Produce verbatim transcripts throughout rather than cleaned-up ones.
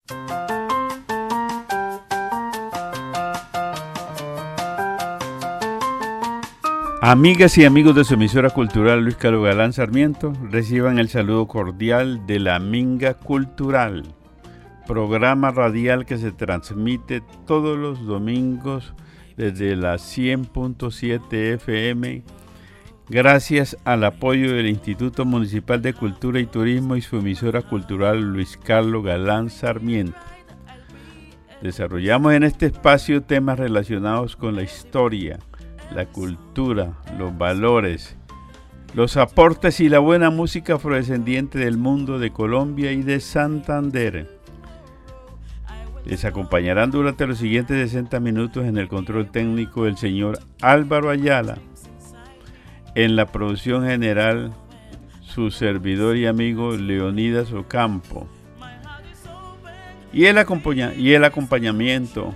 Amigas y amigos de su emisora cultural Luis Carlos Galán Sarmiento, reciban el saludo cordial de la Minga Cultural, programa radial que se transmite todos los domingos desde la cien punto siete F M, gracias al apoyo del Instituto Municipal de Cultura y Turismo y su emisora cultural Luis Carlos Galán Sarmiento. Desarrollamos en este espacio temas relacionados con la historia, la cultura, los valores, los aportes y la buena música afrodescendiente del mundo de Colombia y de Santander. Les acompañarán durante los siguientes sesenta minutos en el control técnico el señor Álvaro Ayala. En la producción general, su servidor y amigo Leonidas Ocampo. Y el, acompaña- y el acompañamiento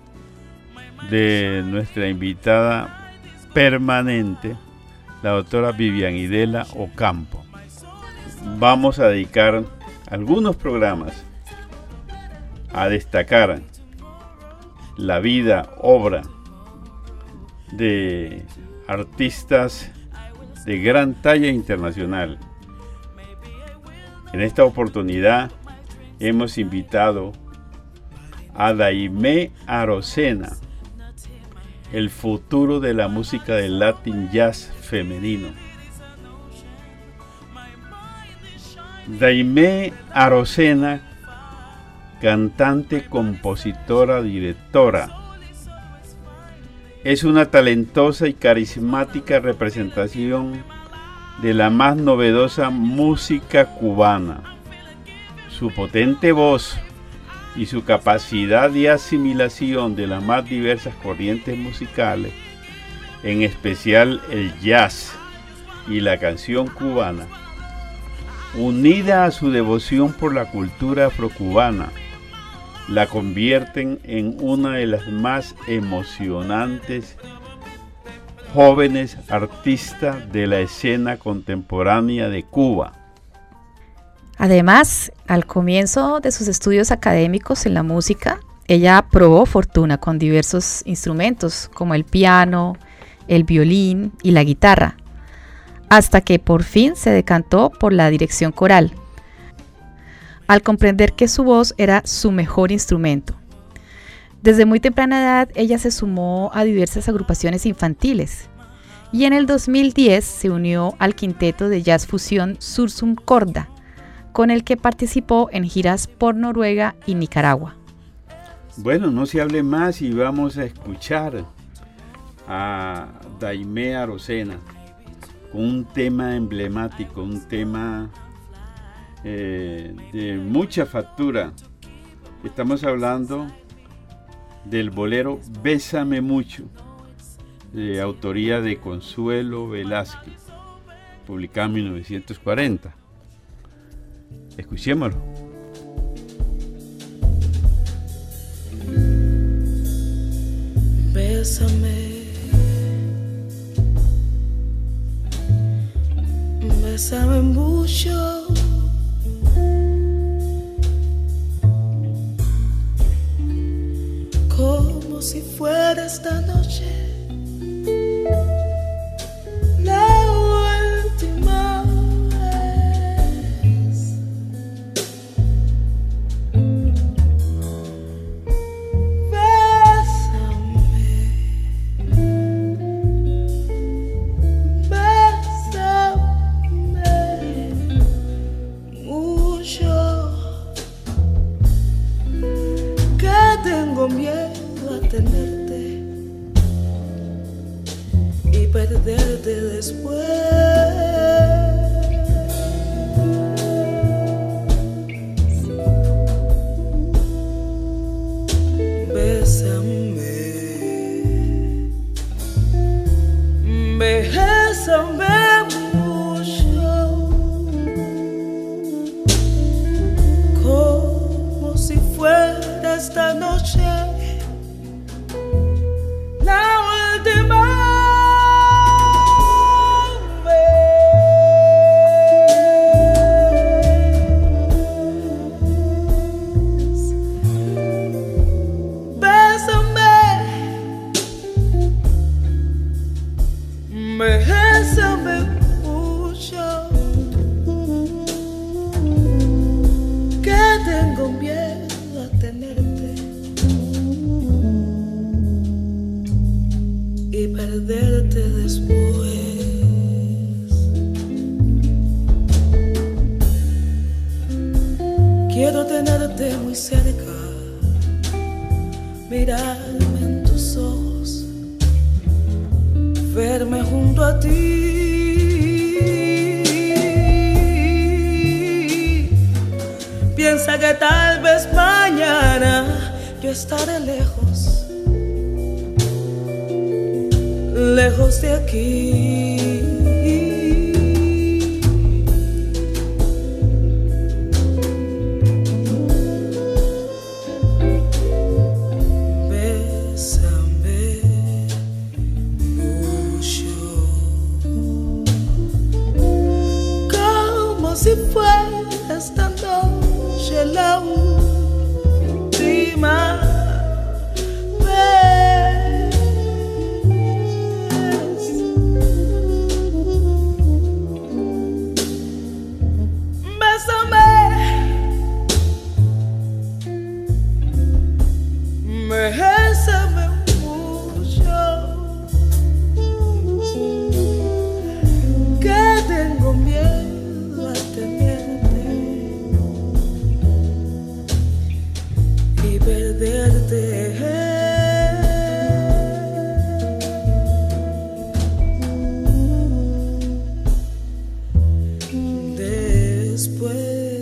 de nuestra invitada permanente, la doctora Vivian Idela Ocampo. Vamos a dedicar algunos programas a destacar la vida, obra de artistas de gran talla internacional. En esta oportunidad hemos invitado a Daimé Arocena, el futuro de la música del Latin Jazz femenino. Daimé Arocena, cantante, compositora, directora, es una talentosa y carismática representación de la más novedosa música cubana. Su potente voz y su capacidad de asimilación de las más diversas corrientes musicales, en especial el jazz y la canción cubana, unida a su devoción por la cultura afrocubana, la convierten en una de las más emocionantes jóvenes artistas de la escena contemporánea de Cuba. Además, al comienzo de sus estudios académicos en la música, ella probó fortuna con diversos instrumentos como el piano, el violín y la guitarra, hasta que por fin se decantó por la dirección coral, al comprender que su voz era su mejor instrumento. Desde muy temprana edad, ella se sumó a diversas agrupaciones infantiles y en el dos mil diez se unió al quinteto de jazz fusión Sursum Corda, con el que participó en giras por Noruega y Nicaragua. Bueno, no se hable más y vamos a escuchar a Daimé Arocena con un tema emblemático, un tema eh, de mucha factura. Estamos hablando del bolero Bésame Mucho, de autoría de Consuelo Velázquez, publicado en mil novecientos cuarenta. Escuchémoslo. Bésame, bésame mucho, como si fuera esta noche la última vez. Miedo a tenerte y perderte después. Bésame, bésame mucho, como si fuera esta noche la última vez. verte después. Quiero tenerte muy cerca, mirarme en tus ojos, verme junto a ti. Piensa que tal vez mañana yo estaré lejos, lejos de aquí. Bésame mucho, como si fuera esta noche la última vez. Bésame, bésame mucho, que tengo miedo a tenerte y perderte. Después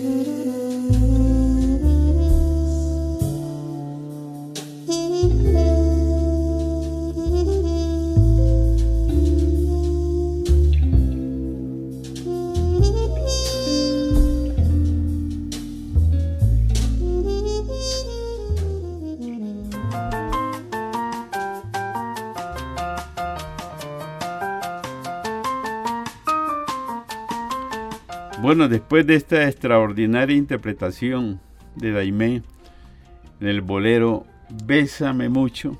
Bueno, después de esta extraordinaria interpretación de Daimé en el bolero Bésame mucho,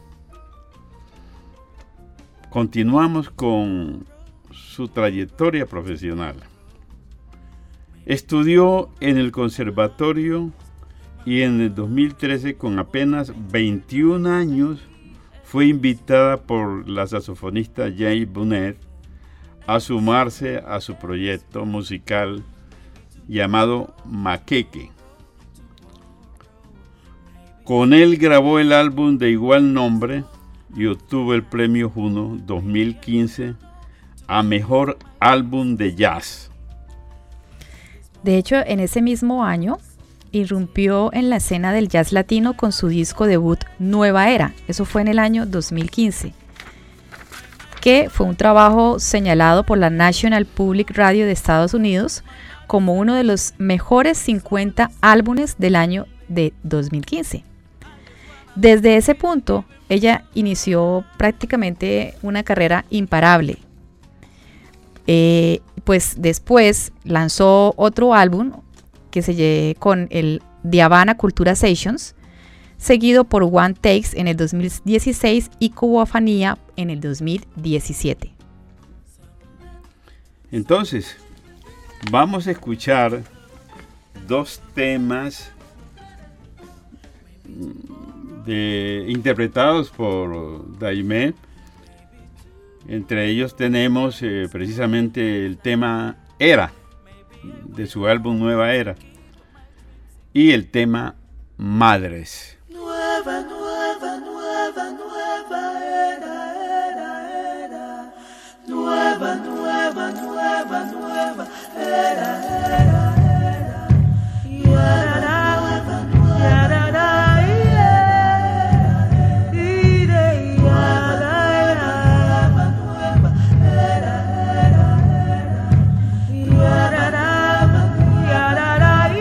continuamos con su trayectoria profesional. Estudió en el conservatorio y en el dos mil trece, con apenas veintiún años, fue invitada por la saxofonista Jay Bunnell a sumarse a su proyecto musical llamado Maqueque. Con él grabó el álbum de igual nombre y obtuvo el premio Juno dos mil quince a Mejor Álbum de Jazz. De hecho, en ese mismo año irrumpió en la escena del jazz latino con su disco debut Nueva Era. Eso fue en el año dos mil quince, que fue un trabajo señalado por la National Public Radio de Estados Unidos como uno de los mejores cincuenta álbumes del año de dos mil quince. Desde ese punto, ella inició prácticamente una carrera imparable. Eh, pues después lanzó otro álbum que se lle- con el The Havana Cultura Sessions, seguido por One Takes en el dos mil dieciséis y Cubofanía en el dos mil diecisiete. Entonces, vamos a escuchar dos temas de, interpretados por Daimé. Entre ellos tenemos eh, precisamente el tema Era, de su álbum Nueva Era, y el tema Madres. Nueva, nueva, nueva, nueva era, era, era. Nueva, nueva, nueva, nueva era, era, era. Yarara, yarara, yeah. Ire, yarara, nueva era, era, era. Yarara, yarara,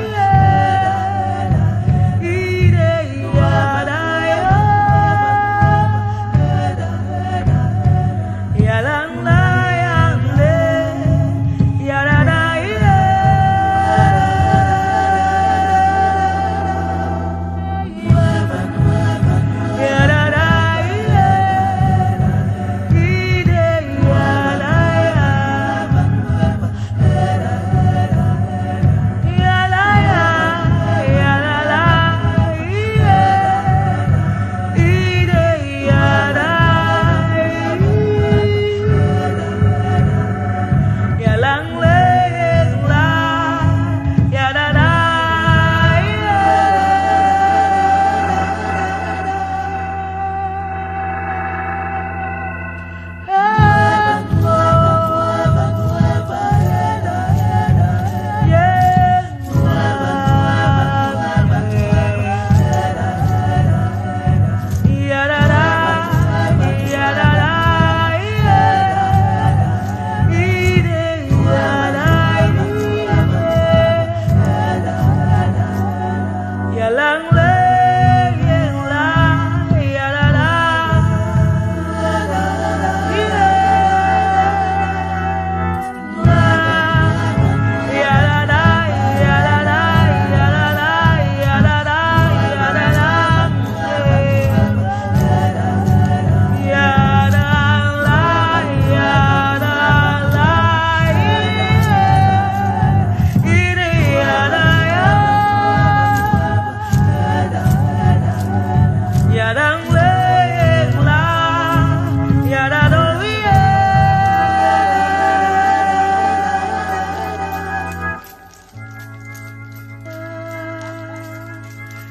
yeah. Ire, yarara, yarara, yarara, yarara,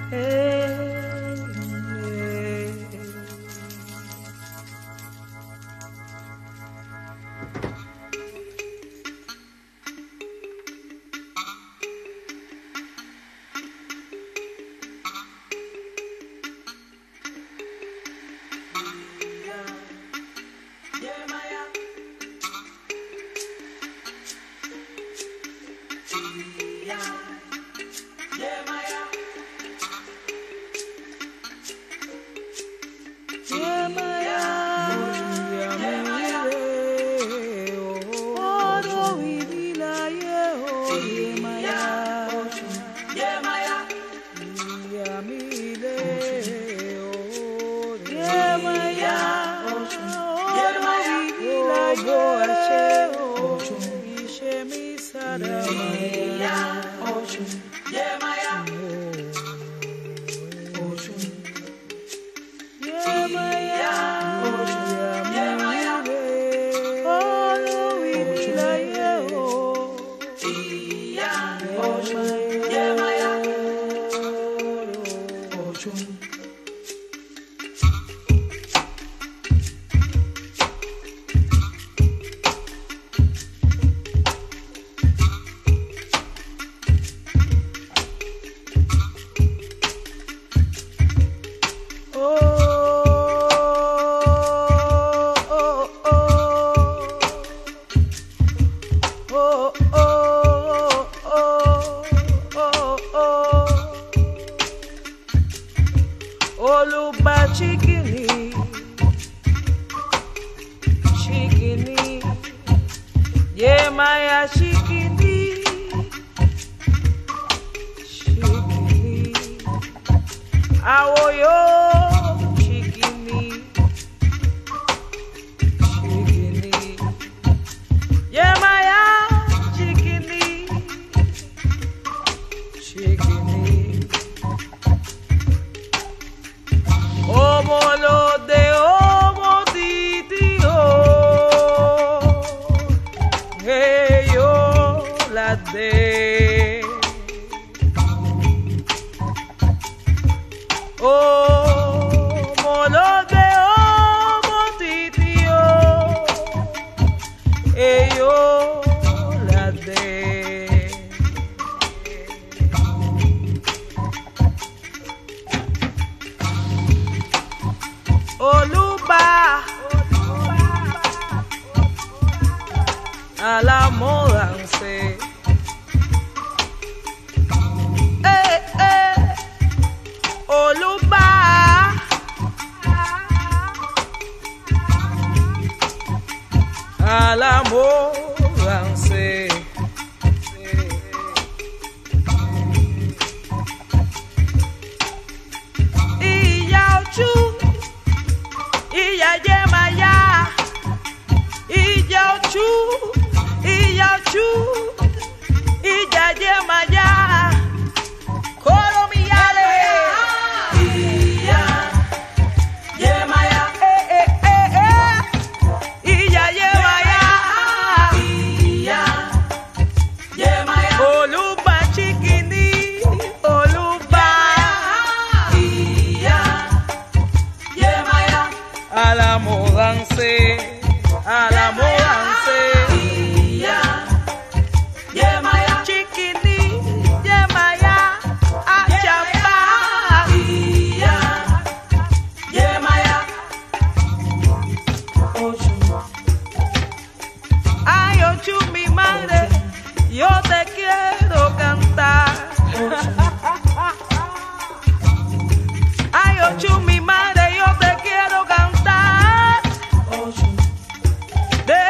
De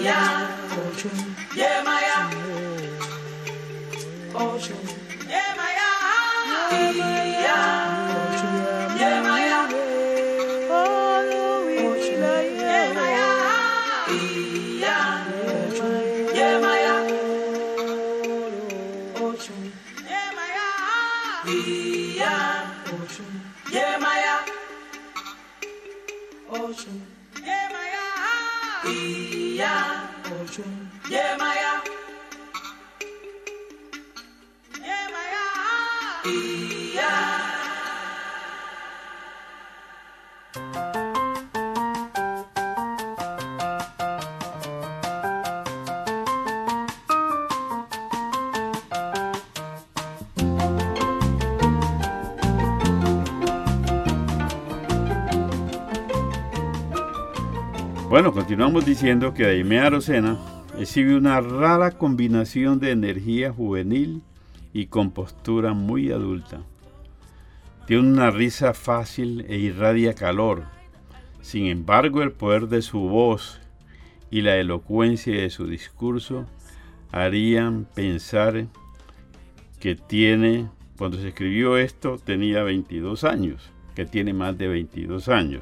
Bueno, continuamos diciendo que Daimé Arocena exhibe una rara combinación de energía juvenil y compostura muy adulta. Tiene una risa fácil e irradia calor. Sin embargo, el poder de su voz y la elocuencia de su discurso harían pensar que tiene, cuando se escribió esto, tenía veintidós años, que tiene más de veintidós años.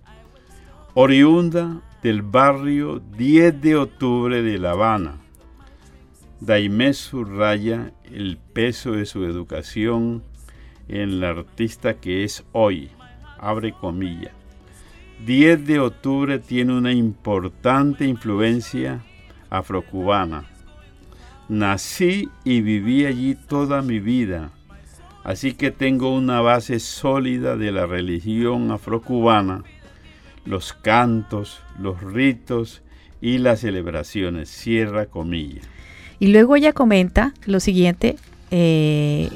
Oriunda del barrio diez de octubre de La Habana, Daimé subraya el peso de su educación en la artista que es hoy, abre comillas. diez de octubre tiene una importante influencia afrocubana. Nací y viví allí toda mi vida, así que tengo una base sólida de la religión afrocubana, los cantos, los ritos y las celebraciones, cierra comillas. Y luego ella comenta lo siguiente, eh,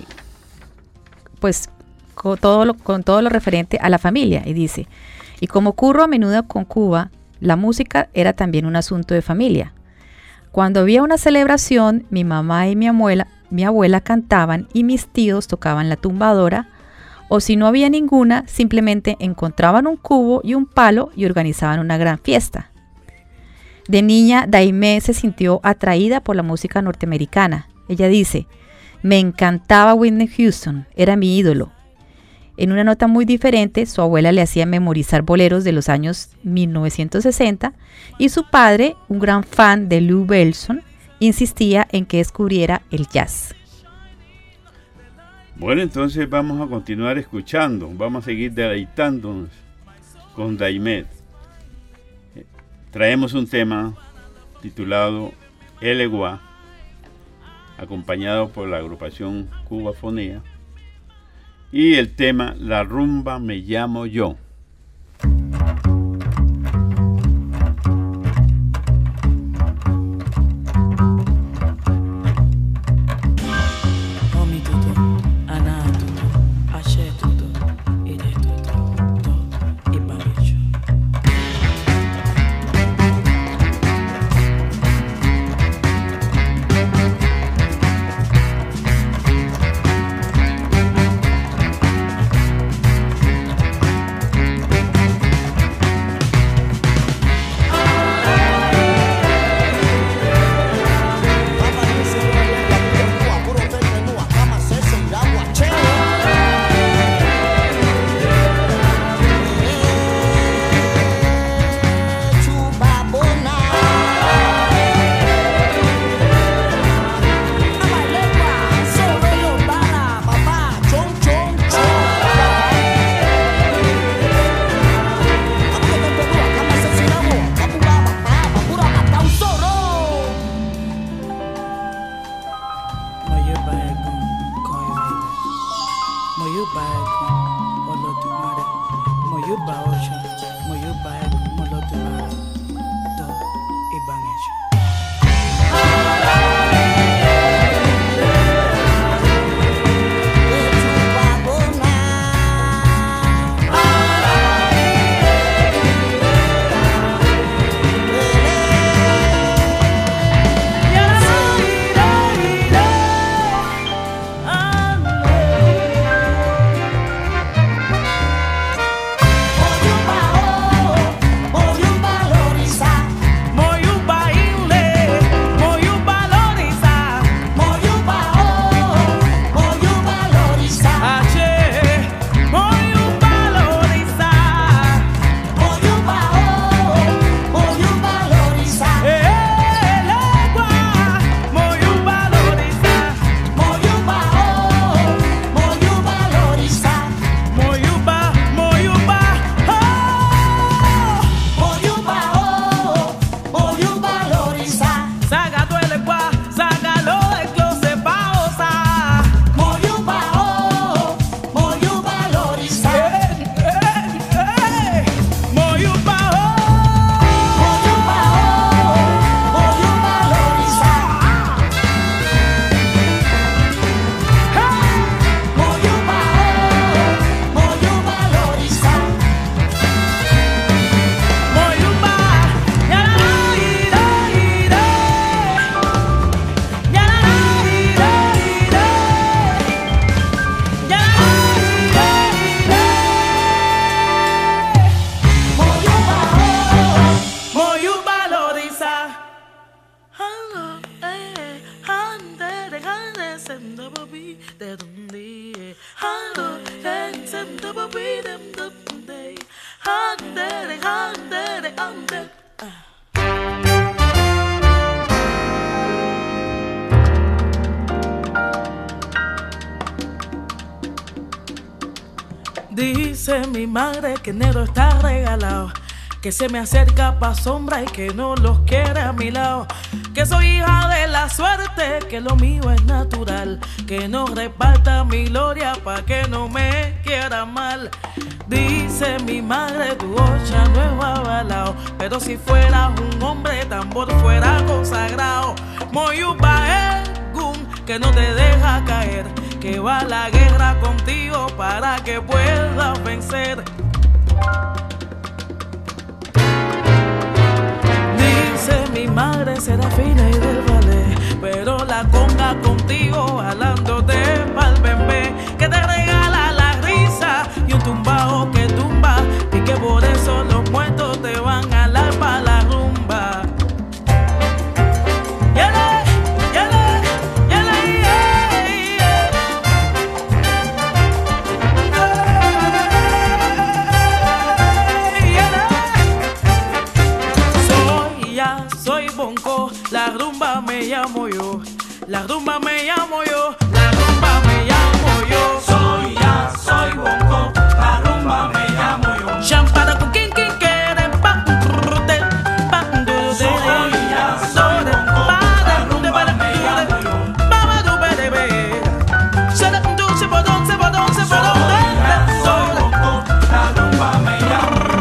pues con todo, lo, con todo lo referente a la familia, y dice, y como ocurre a menudo con Cuba, la música era también un asunto de familia. Cuando había una celebración, mi mamá y mi abuela, mi abuela cantaban y mis tíos tocaban la tumbadora, o si no había ninguna, simplemente encontraban un cubo y un palo y organizaban una gran fiesta. De niña, Daimé se sintió atraída por la música norteamericana. Ella dice, me encantaba Whitney Houston, era mi ídolo. En una nota muy diferente, su abuela le hacía memorizar boleros de los años mil novecientos sesenta y su padre, un gran fan de Lou Belson, insistía en que descubriera el jazz. Bueno, entonces vamos a continuar escuchando, vamos a seguir deleitándonos con Daimé. Traemos un tema titulado El Eguá, acompañado por la agrupación Cubafonía, y el tema La rumba me llamo yo. Dice mi madre que enero está regalado, que se me acerca pa' sombra y que no los quiere a mi lado, que soy hija de la suerte, que lo mío es natural, que no reparta mi gloria pa' que no me quiera mal. Dice mi madre, tu ocha no es avalao, pero si fueras un hombre tambor fuera consagrado. Moyuba Egun, que no te deja caer, que va a la guerra contigo para que puedas vencer. Dice mi madre Serafina y del ballet, pero la conga contigo jalándote pa'l bembé, que te regala la risa y un tumbao que tumba, y que por eso los muertos te van a jalar pa' la rumba. Yale, yale, yale, yeah, yeah. Soy ya, soy bonco, la rumba me llamo yo, la rumba me llamo yo, la rumba me llamo yo. Soy ya, soy bonco, la rumba me llamo yo. Champara con quien quien quiere, pa de pa de. Soy ya, soy bonco, la rumba me llamo yo. Mama do bere bere, se da do se bodon se bodon se bodon. Soy ya, soy bonco, la rumba me llamo yo.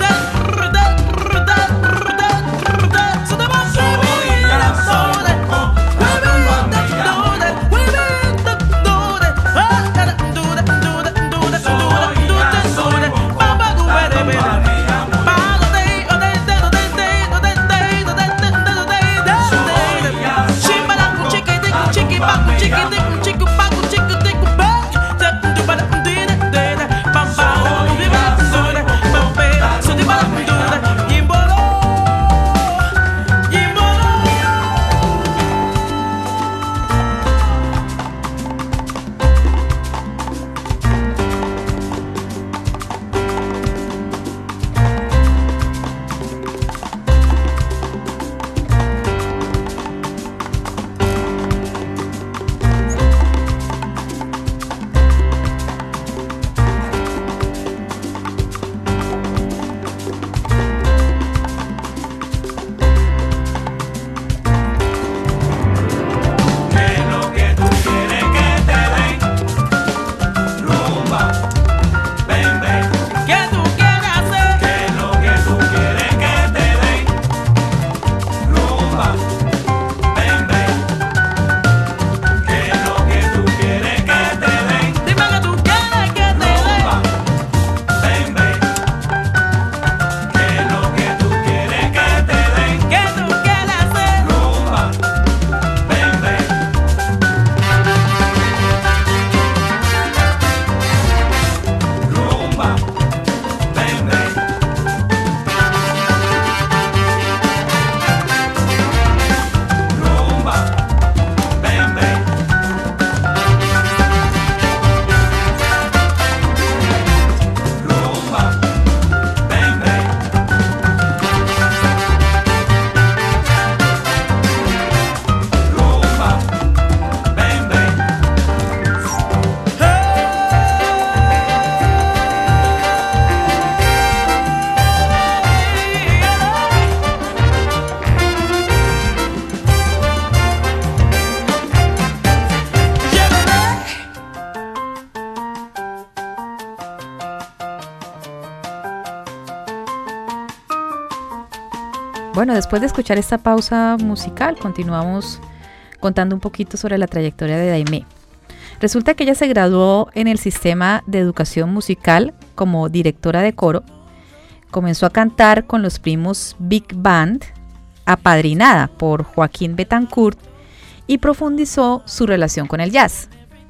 Bueno, después de escuchar esta pausa musical, continuamos contando un poquito sobre la trayectoria de Daimé. Resulta que ella se graduó en el sistema de educación musical como directora de coro, comenzó a cantar con los primos Big Band, apadrinada por Joaquín Betancourt, y profundizó su relación con el jazz.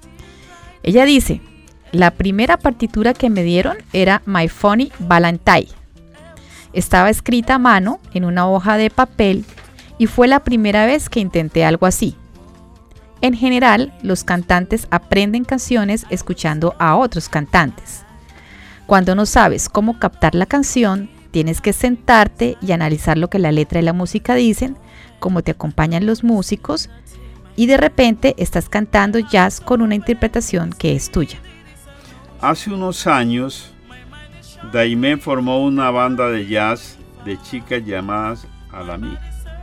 Ella dice, la primera partitura que me dieron era My Funny Valentine. Estaba escrita a mano en una hoja de papel y fue la primera vez que intenté algo así. En general, los cantantes aprenden canciones escuchando a otros cantantes. Cuando no sabes cómo captar la canción, tienes que sentarte y analizar lo que la letra y la música dicen, cómo te acompañan los músicos, y de repente estás cantando jazz con una interpretación que es tuya. Hace unos años, Daimé formó una banda de jazz de chicas llamadas Alamí.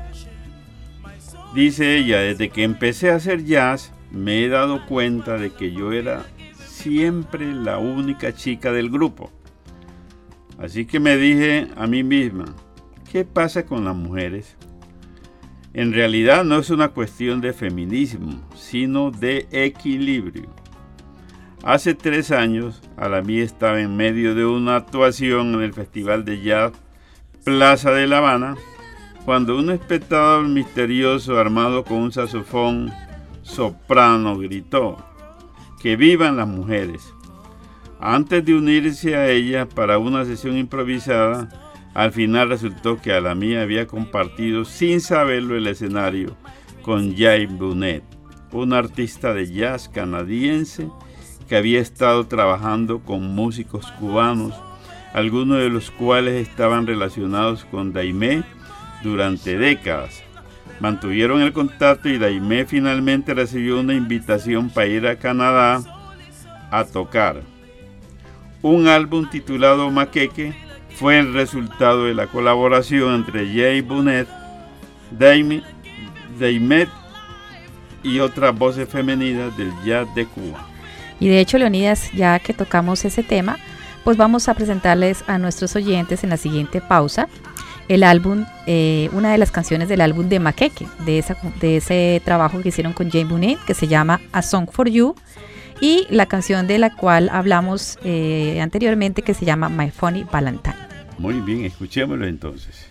Dice ella, desde que empecé a hacer jazz, me he dado cuenta de que yo era siempre la única chica del grupo. Así que me dije a mí misma, ¿qué pasa con las mujeres? En realidad no es una cuestión de feminismo, sino de equilibrio. Hace tres años, Alamí estaba en medio de una actuación en el Festival de Jazz Plaza de La Habana, cuando un espectador misterioso armado con un saxofón soprano gritó, ¡que vivan las mujeres! Antes de unirse a ella para una sesión improvisada, al final resultó que Alamí había compartido sin saberlo el escenario con Jay Bunnett, un artista de jazz canadiense que había estado trabajando con músicos cubanos, algunos de los cuales estaban relacionados con Daimé durante décadas. Mantuvieron el contacto y Daimé finalmente recibió una invitación para ir a Canadá a tocar. Un álbum titulado Maqueque fue el resultado de la colaboración entre Jay Bunnett, Daimé, Daimé y otras voces femeninas del jazz de Cuba. Y de hecho, Leonidas, ya que tocamos ese tema, pues vamos a presentarles a nuestros oyentes en la siguiente pausa el álbum, eh, una de las canciones del álbum de Maqueque, de, esa, de ese trabajo que hicieron con Jay Bunnett, que se llama A Song for You, y la canción de la cual hablamos eh, anteriormente, que se llama My Funny Valentine. Muy bien, escuchémoslo entonces.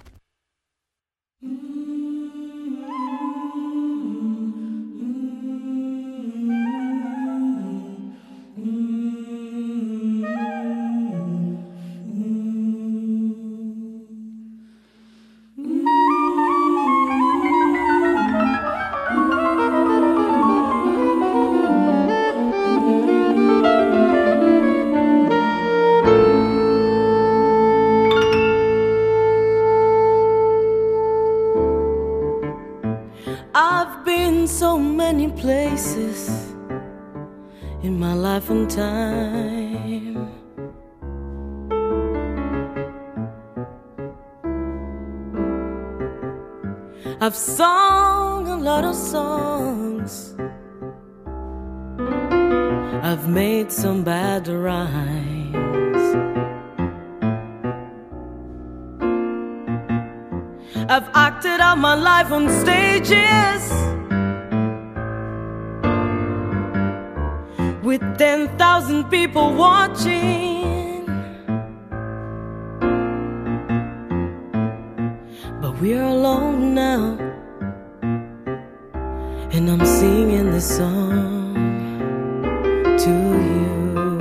Places in my life and time, I've sung a lot of songs, I've made some bad rhymes, I've acted out my life on stages with ten thousand people watching, but we're alone now, and I'm singing this song to you.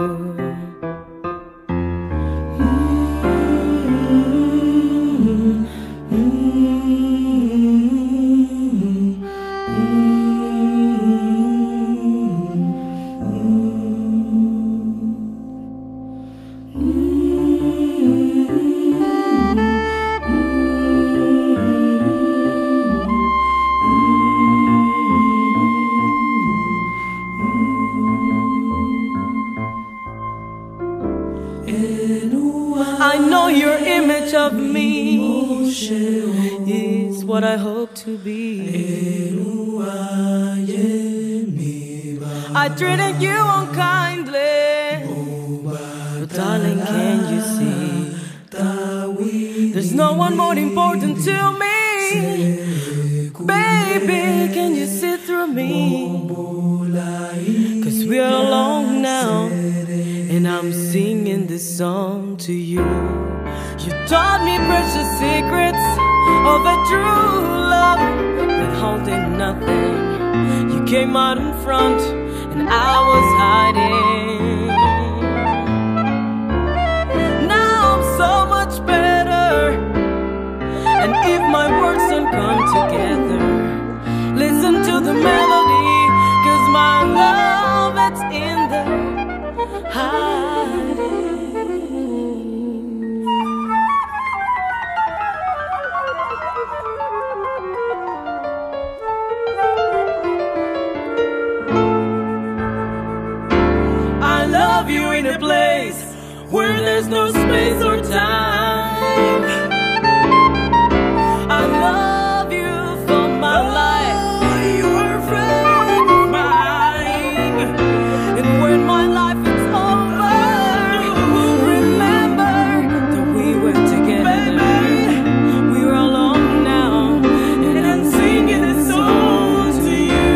Of me is what I hope to be. I treated you unkindly, but darling, can you see? There's no one more important to me. Baby, can you see through me? 'Cause we're alone now, and I'm singing this song to you. You taught me precious secrets of a true love, withholding nothing. You came out in front and I was hiding. Now I'm so much better, and if my words don't come together, listen to the melody, 'cause my love, it's in there hiding. where there's no space or time. I love you for my life. You are a friend of mine. And when my life is over, remember that we were together. We are alone now, and I'm singing this song to you.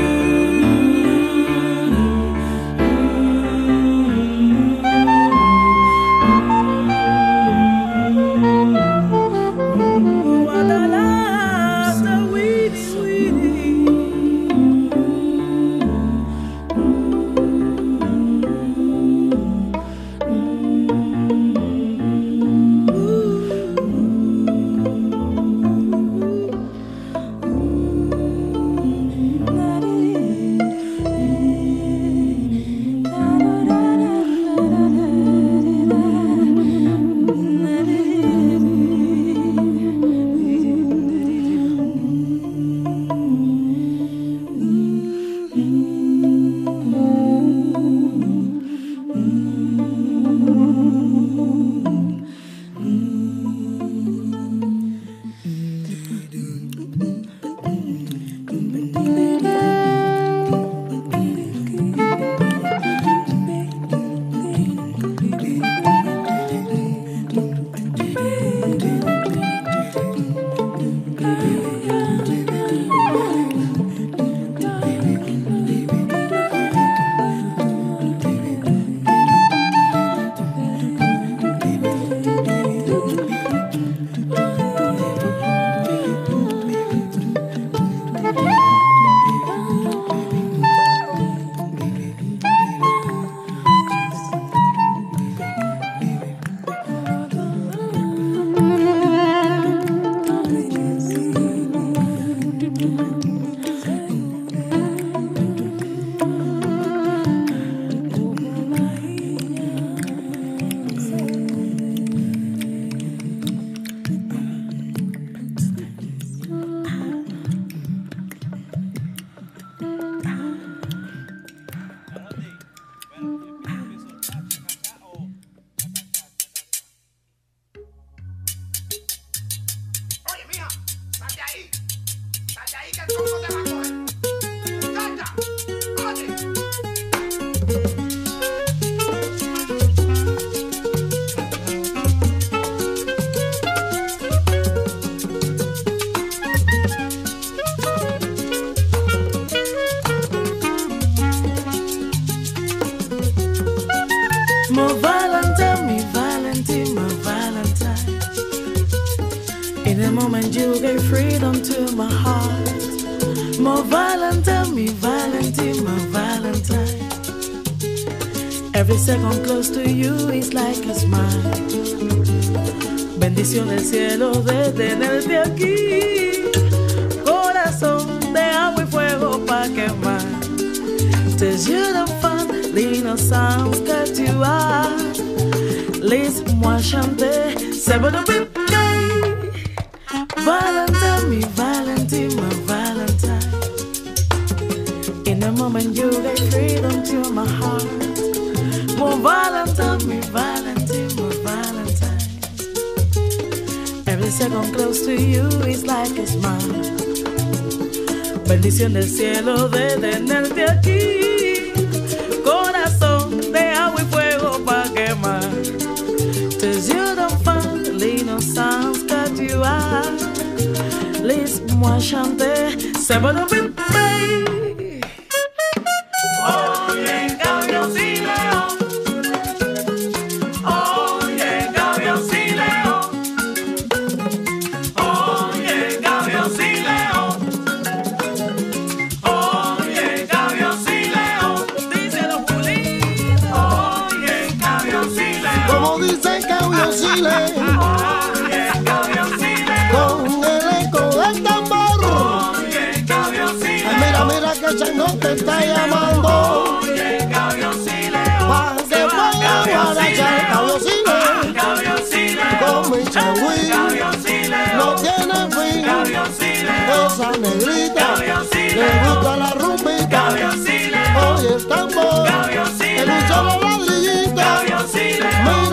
My Valentine, my Valentine, my Valentine. In a moment you gave freedom to my heart. My Valentine, my Valentine, my Valentine. Every second close to you is like a smile. Bendición del cielo de tenerte aquí. Corazón de agua y fuego pa' quemar. Tes yeux d'enfant, l'innocence que tu as. Laisse-moi chanter, c'est bon de bébé. Valentine, me Valentine, my Valentine. In a moment you gave freedom to my heart. My Valentine, me Valentine, my Valentine. Every second close to you is like a smile. Bendición del cielo de tenerte aquí. Corazón de agua y fuego pa' quemar. Tes yeux d'enfant, l'innocence que tu as. Laisse-moi chanter, c'est bon de bébé. Oye, Gavioncileo. Oye, Gavioncileo. Oye, Gavioncileo. Oye, Gavioncileo. Díselo, Julín. Oye, Gavioncileo. Como dicen Gavioncileo. Oye, Gavioncileo. Con el eco del tambor. Oye, Gavioncileo. Ay, mira, mira que Chango te está llamando. Oye, Gavioncileo. Pa' que vaya a guarachar Gavioncileo. Gavioncileo. Con mi changüí. Gavioncileo. No tiene fin. Gavioncileo. Esa negrita Gavioncileo. le gusta la rumbita. Gavioncileo. Oye el tambor. Gavioncileo. En un solo ladrillito. Gavioncileo. Mira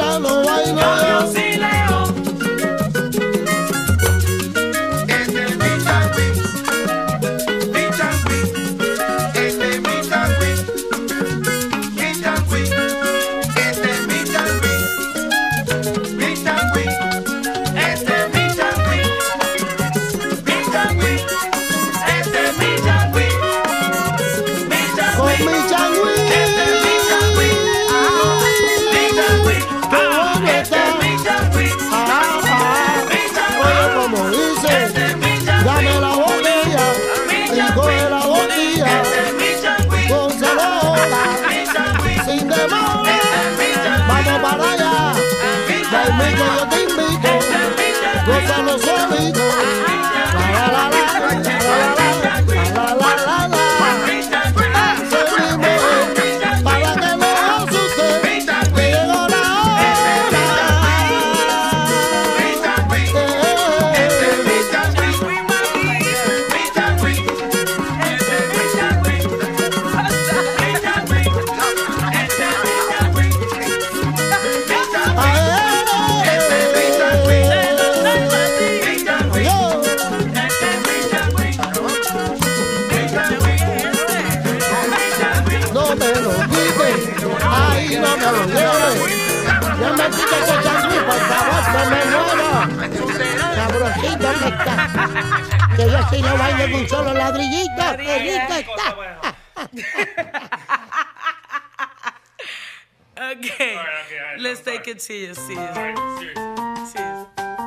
si lo bailo con solo ladrillitos. ¡Qué rico está! Okay, let's take it serious, serious. serious.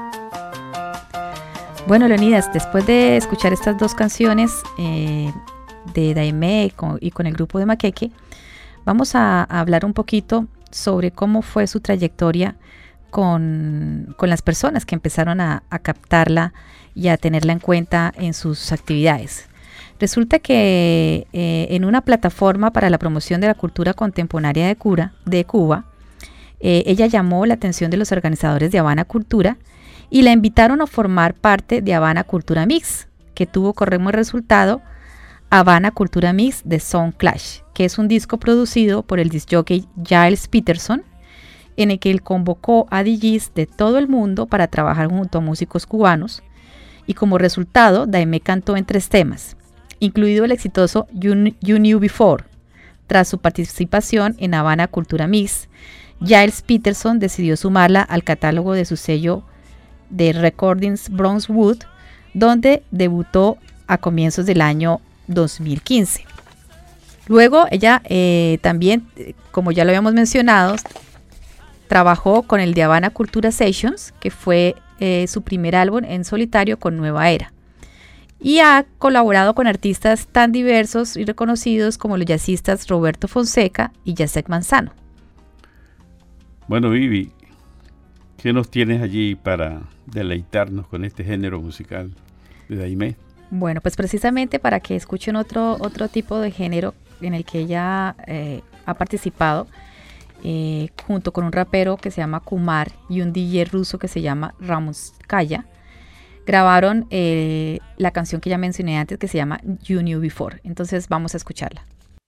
Bueno, Leonidas, después de escuchar estas dos canciones eh, de Daimé con, y con el grupo de Maqueque, vamos a, a hablar un poquito sobre cómo fue su trayectoria con, con las personas que empezaron a, a captarla y a tenerla en cuenta en sus actividades. Resulta que eh, en una plataforma para la promoción de la cultura contemporánea de, Cura, de Cuba, eh, ella llamó la atención de los organizadores de Habana Cultura y la invitaron a formar parte de Habana Cultura Mix, que tuvo como resultado Habana Cultura Mix de Sound Clash, que es un disco producido por el disc jockey Gilles Peterson, en el que él convocó a D Js de todo el mundo para trabajar junto a músicos cubanos, y como resultado Daimé cantó en tres temas, incluido el exitoso You, You Knew Before. Tras su participación en Habana Cultura Mix, Gilles Peterson decidió sumarla al catálogo de su sello de Recordings Brunswood, donde debutó a comienzos del año dos mil quince. Luego ella eh, también, como ya lo habíamos mencionado, trabajó con el de Habana Cultura Sessions, que fue eh, su primer álbum en solitario con Nueva Era. Y ha colaborado con artistas tan diversos y reconocidos como los jazzistas Roberto Fonseca y Jacek Manzano. Bueno, Vivi, ¿qué nos tienes allí para deleitarnos con este género musical de Daimé? Bueno, pues precisamente para que escuchen otro, otro tipo de género en el que ella eh, ha participado, eh, junto con un rapero que se llama Kumar y un D J ruso que se llama Ramonskaya, grabaron eh, la canción que ya mencioné antes, que se llama You Knew Before. Entonces vamos a escucharla.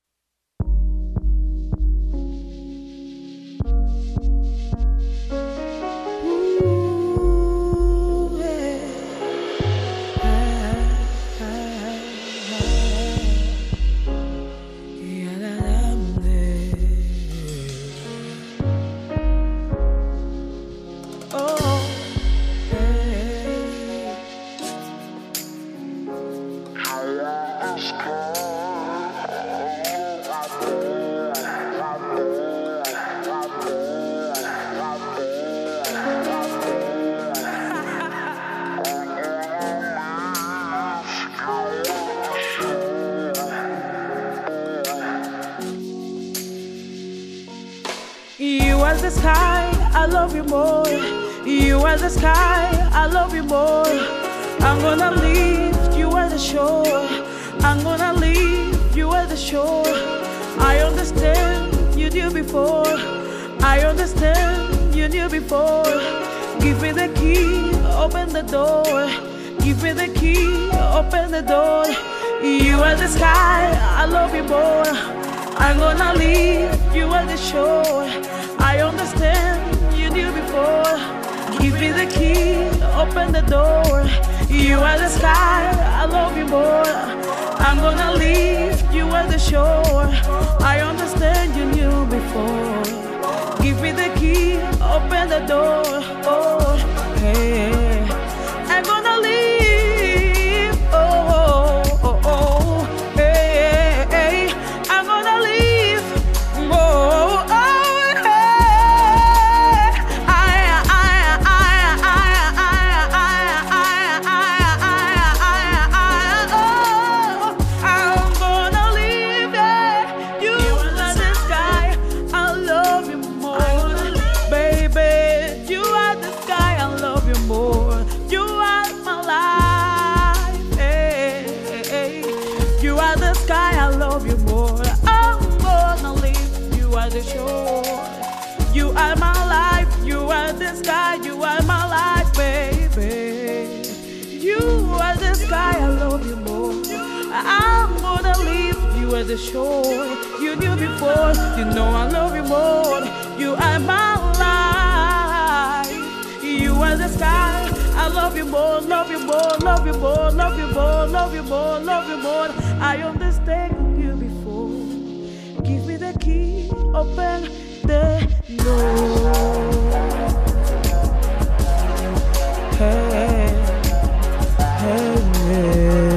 are the sky, I love you more. You are the sky, I love you more. I'm gonna leave you at the shore. I'm gonna leave you at the shore. I understand you knew before. I understand you knew before. Give me the key, open the door. Give me the key, open the door. You are the sky, I love you more. I'm gonna leave you at the shore. I understand you knew before. Give me the key, open the door. You are the sky, I love you more. I'm gonna leave you at the shore. I understand you knew before. Give me the key, open the door. Oh, hey, I'm gonna leave. Oh, oh, oh, hey, hey, I'm gonna leave. Oh, oh, hey, I, I, I, I, I, I, oh, I'm gonna leave. Yeah, you are the sky, I love you more, baby. You are the sky, I love you more. You are my life. Hey, hey, hey. You are the sky, I love you more. I'm gonna leave you at the shore. You are my life. You are the sky. You are my life, baby. You are the sky, I love you more. I'm gonna leave you at the shore. You knew before. You know I love you more. You are my life. You are the sky. I love you more, love you more, love you more, love you more, love you more, love you more. I understand you before. Give me the key, open the door. Hey, hey, hey.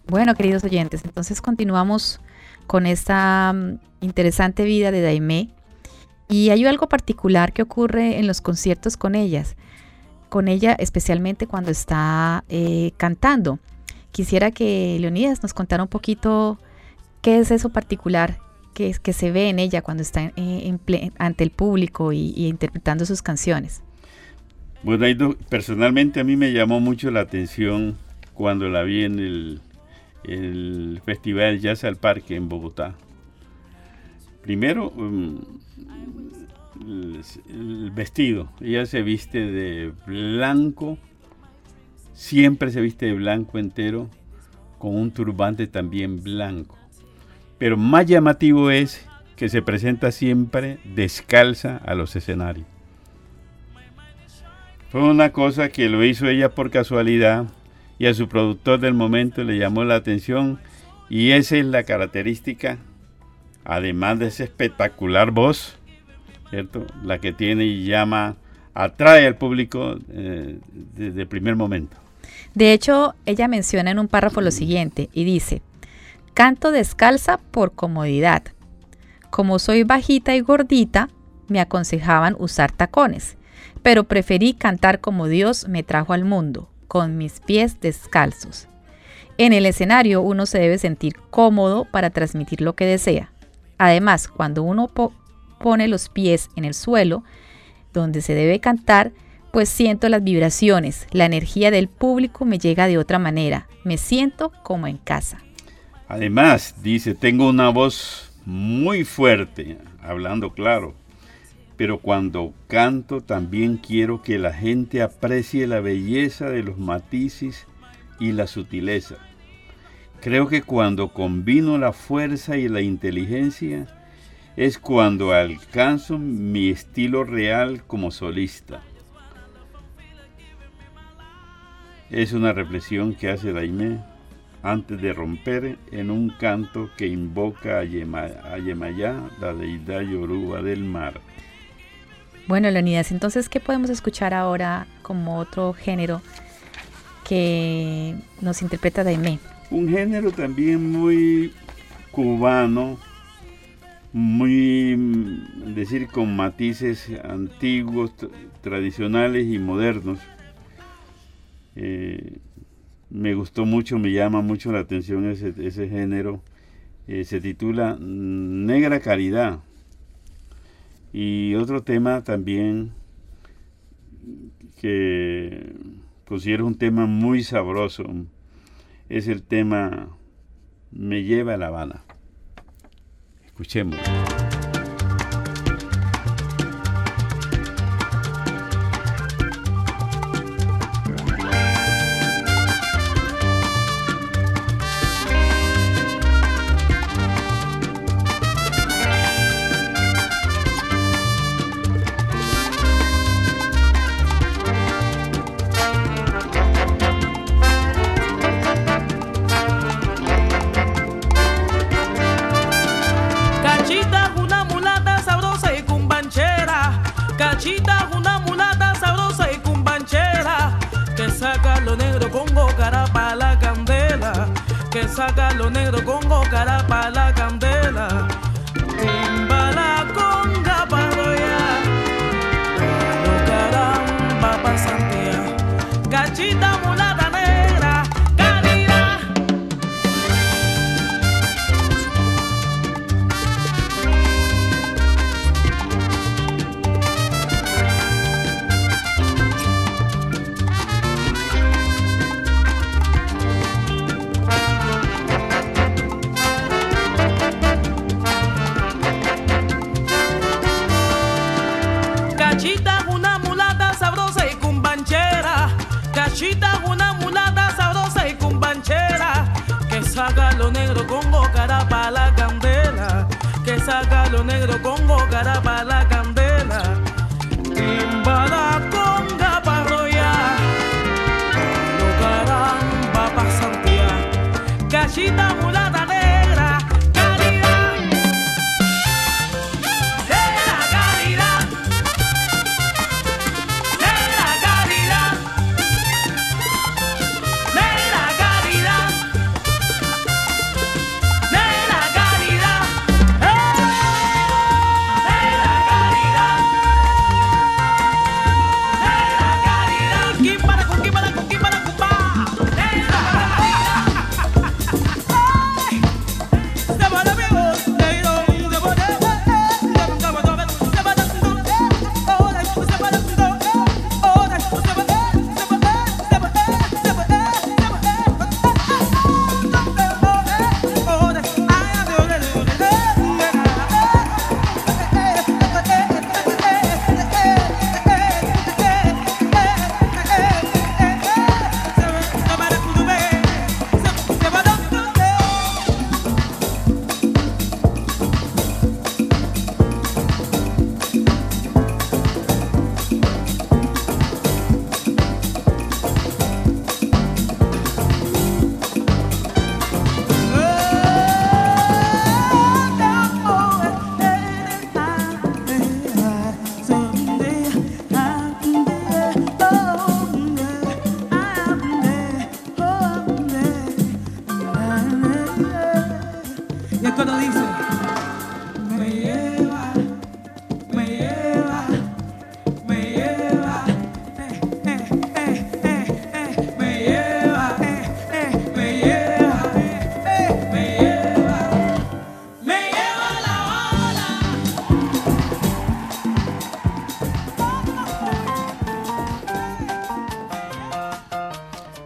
Bueno, queridos oyentes, entonces continuamos con esta um, interesante vida de Daimé. Y hay algo particular que ocurre en los conciertos con ellas, con ella especialmente cuando está eh, cantando. Quisiera que Leonidas nos contara un poquito qué es eso particular que, que se ve en ella cuando está en, en, en, ante el público y, y interpretando sus canciones. Bueno, personalmente a mí me llamó mucho la atención cuando la vi en el, el Festival Jazz al Parque en Bogotá. Primero, um, el, el vestido. Ella se viste de blanco, siempre se viste de blanco entero, con un turbante también blanco. Pero más llamativo es que se presenta siempre descalza a los escenarios. Fue una cosa que lo hizo ella por casualidad y a su productor del momento le llamó la atención, y esa es la característica, además de esa espectacular voz, ¿cierto? La que tiene y llama, atrae al público eh, desde el primer momento. De hecho, ella menciona en un párrafo lo siguiente y dice: canto descalza por comodidad. Como soy bajita y gordita, me aconsejaban usar tacones, pero preferí cantar como Dios me trajo al mundo, con mis pies descalzos. En el escenario uno se debe sentir cómodo para transmitir lo que desea. Además, cuando uno po- pone los pies en el suelo, donde se debe cantar, pues siento las vibraciones, la energía del público me llega de otra manera, me siento como en casa. Además, dice, tengo una voz muy fuerte, hablando claro, pero cuando canto también quiero que la gente aprecie la belleza de los matices y la sutileza. Creo que cuando combino la fuerza y la inteligencia es cuando alcanzo mi estilo real como solista. Es una reflexión que hace Daimé antes de romper en un canto que invoca a, Yema, a Yemayá, la deidad yoruba del mar. Bueno, Leonidas, entonces, ¿qué podemos escuchar ahora como otro género que nos interpreta Daimé? Un género también muy cubano, muy, es decir, con matices antiguos, tradicionales y modernos. Eh, me gustó mucho, me llama mucho la atención ese, ese género. Eh, se titula Negra Caridad. Y otro tema también que considero un tema muy sabroso es el tema Me lleva a La Habana. Escuchemos. Cachita, una mulata sabrosa y cumbanchera, que saca lo negro congo cara pa' la candela, que saca lo negro congo cara pa' la candela. Timba la conga pa' roya, lo caramba pa' Santiago. Cachita, mulata negra, caridad. Cachita, una mulata sabrosa y cumbanchera. Cachita, una mulata sabrosa y cumbanchera, que saca lo negro congo cara pa' la candela, que saca lo negro congo cara pa' la candela. Timba la conga pa' roya, lo caramba pa' Santiago. Cachita, mulata negra, caridad. Negra caridad. Negra caridad. Negra caridad.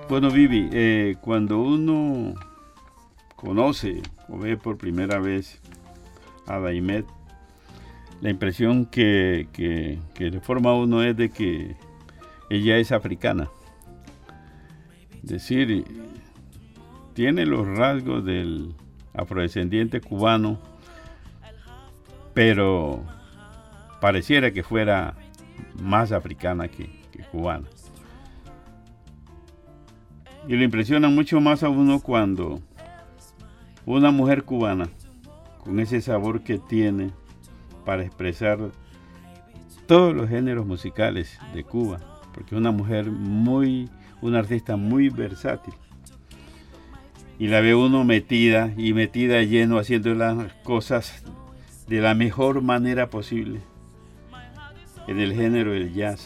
Bueno, Vivi, eh, cuando uno conoce o ve por primera vez a Daimet, la impresión que, que, que le forma a uno es de que ella es africana. Es decir, tiene los rasgos del afrodescendiente cubano, pero pareciera que fuera más africana que, que cubana. Y le impresiona mucho más a uno cuando una mujer cubana, con ese sabor que tiene para expresar todos los géneros musicales de Cuba, porque es una mujer muy, una artista muy versátil. Y la ve uno metida y metida lleno, haciendo las cosas de la mejor manera posible en el género del jazz.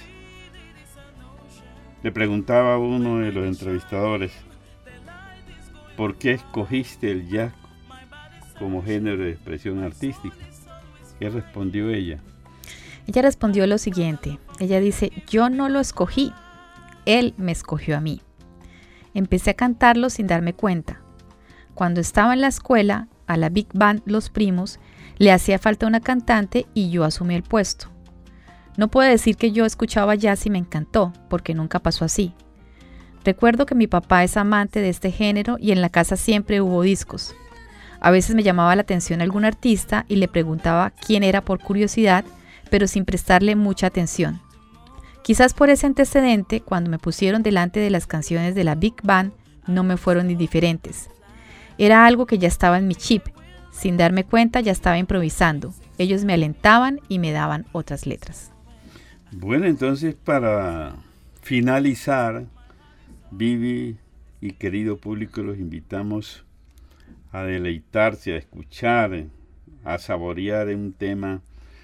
Le preguntaba a uno de los entrevistadores, ¿por qué escogiste el jazz como género de expresión artística? ¿Qué respondió ella? Ella respondió lo siguiente. Ella dice, yo no lo escogí, él me escogió a mí. Empecé a cantarlo sin darme cuenta. Cuando estaba en la escuela, a la Big Band Los Primos, le hacía falta una cantante y yo asumí el puesto. No puedo decir que yo escuchaba jazz y me encantó, porque nunca pasó así. Recuerdo que mi papá es amante de este género y en la casa siempre hubo discos. A veces me llamaba la atención algún artista y le preguntaba quién era por curiosidad, pero sin prestarle mucha atención. Quizás por ese antecedente, cuando me pusieron delante de las canciones de la Big Band, no me fueron indiferentes. Era algo que ya estaba en mi chip. Sin darme cuenta ya estaba improvisando. Ellos me alentaban y me daban otras letras. Bueno, entonces para finalizar, Vivi y querido público, los invitamos a deleitarse, a escuchar, a saborear un tema,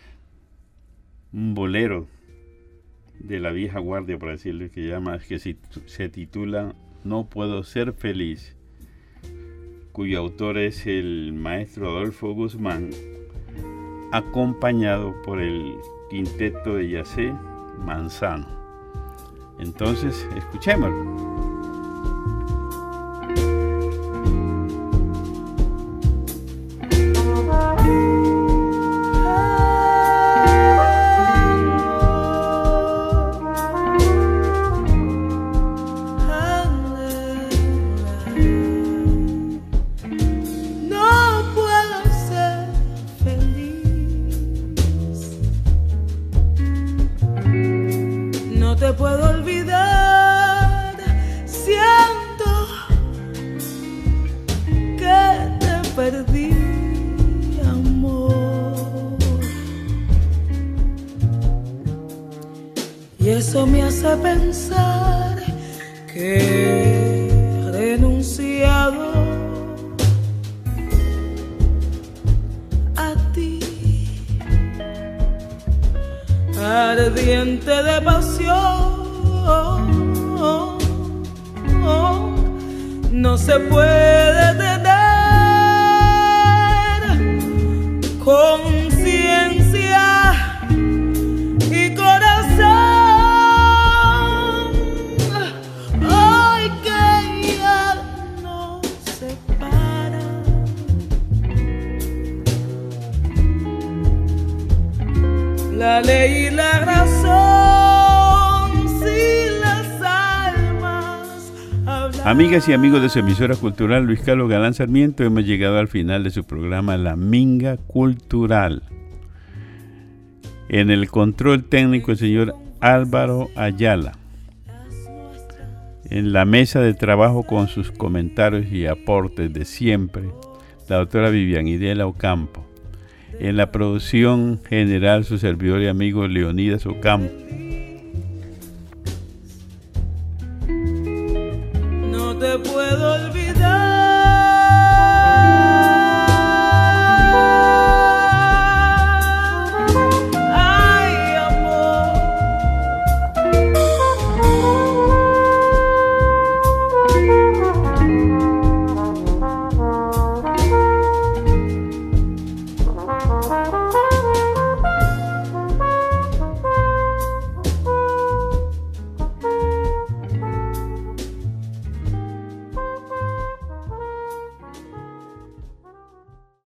un bolero de la vieja guardia, por decirlo, que llama, que se titula No puedo ser feliz, cuyo autor es el maestro Adolfo Guzmán, acompañado por el quinteto de Yacé Manzano. Entonces, escuchémoslo. Eso me hace pensar que he renunciado a ti, ardiente de pasión. No se puede tener conciencia y corazón. La ley y la razón, si las almas hablan. Amigas y amigos de su emisora cultural Luis Carlos Galán Sarmiento, hemos llegado al final de su programa La Minga Cultural. En el control técnico el señor Álvaro Ayala. En la mesa de trabajo con sus comentarios y aportes de siempre, la doctora Vivian Idela Ocampo. En la producción general, su servidor y amigo Leonidas Ocampo. No te puedo olvidar.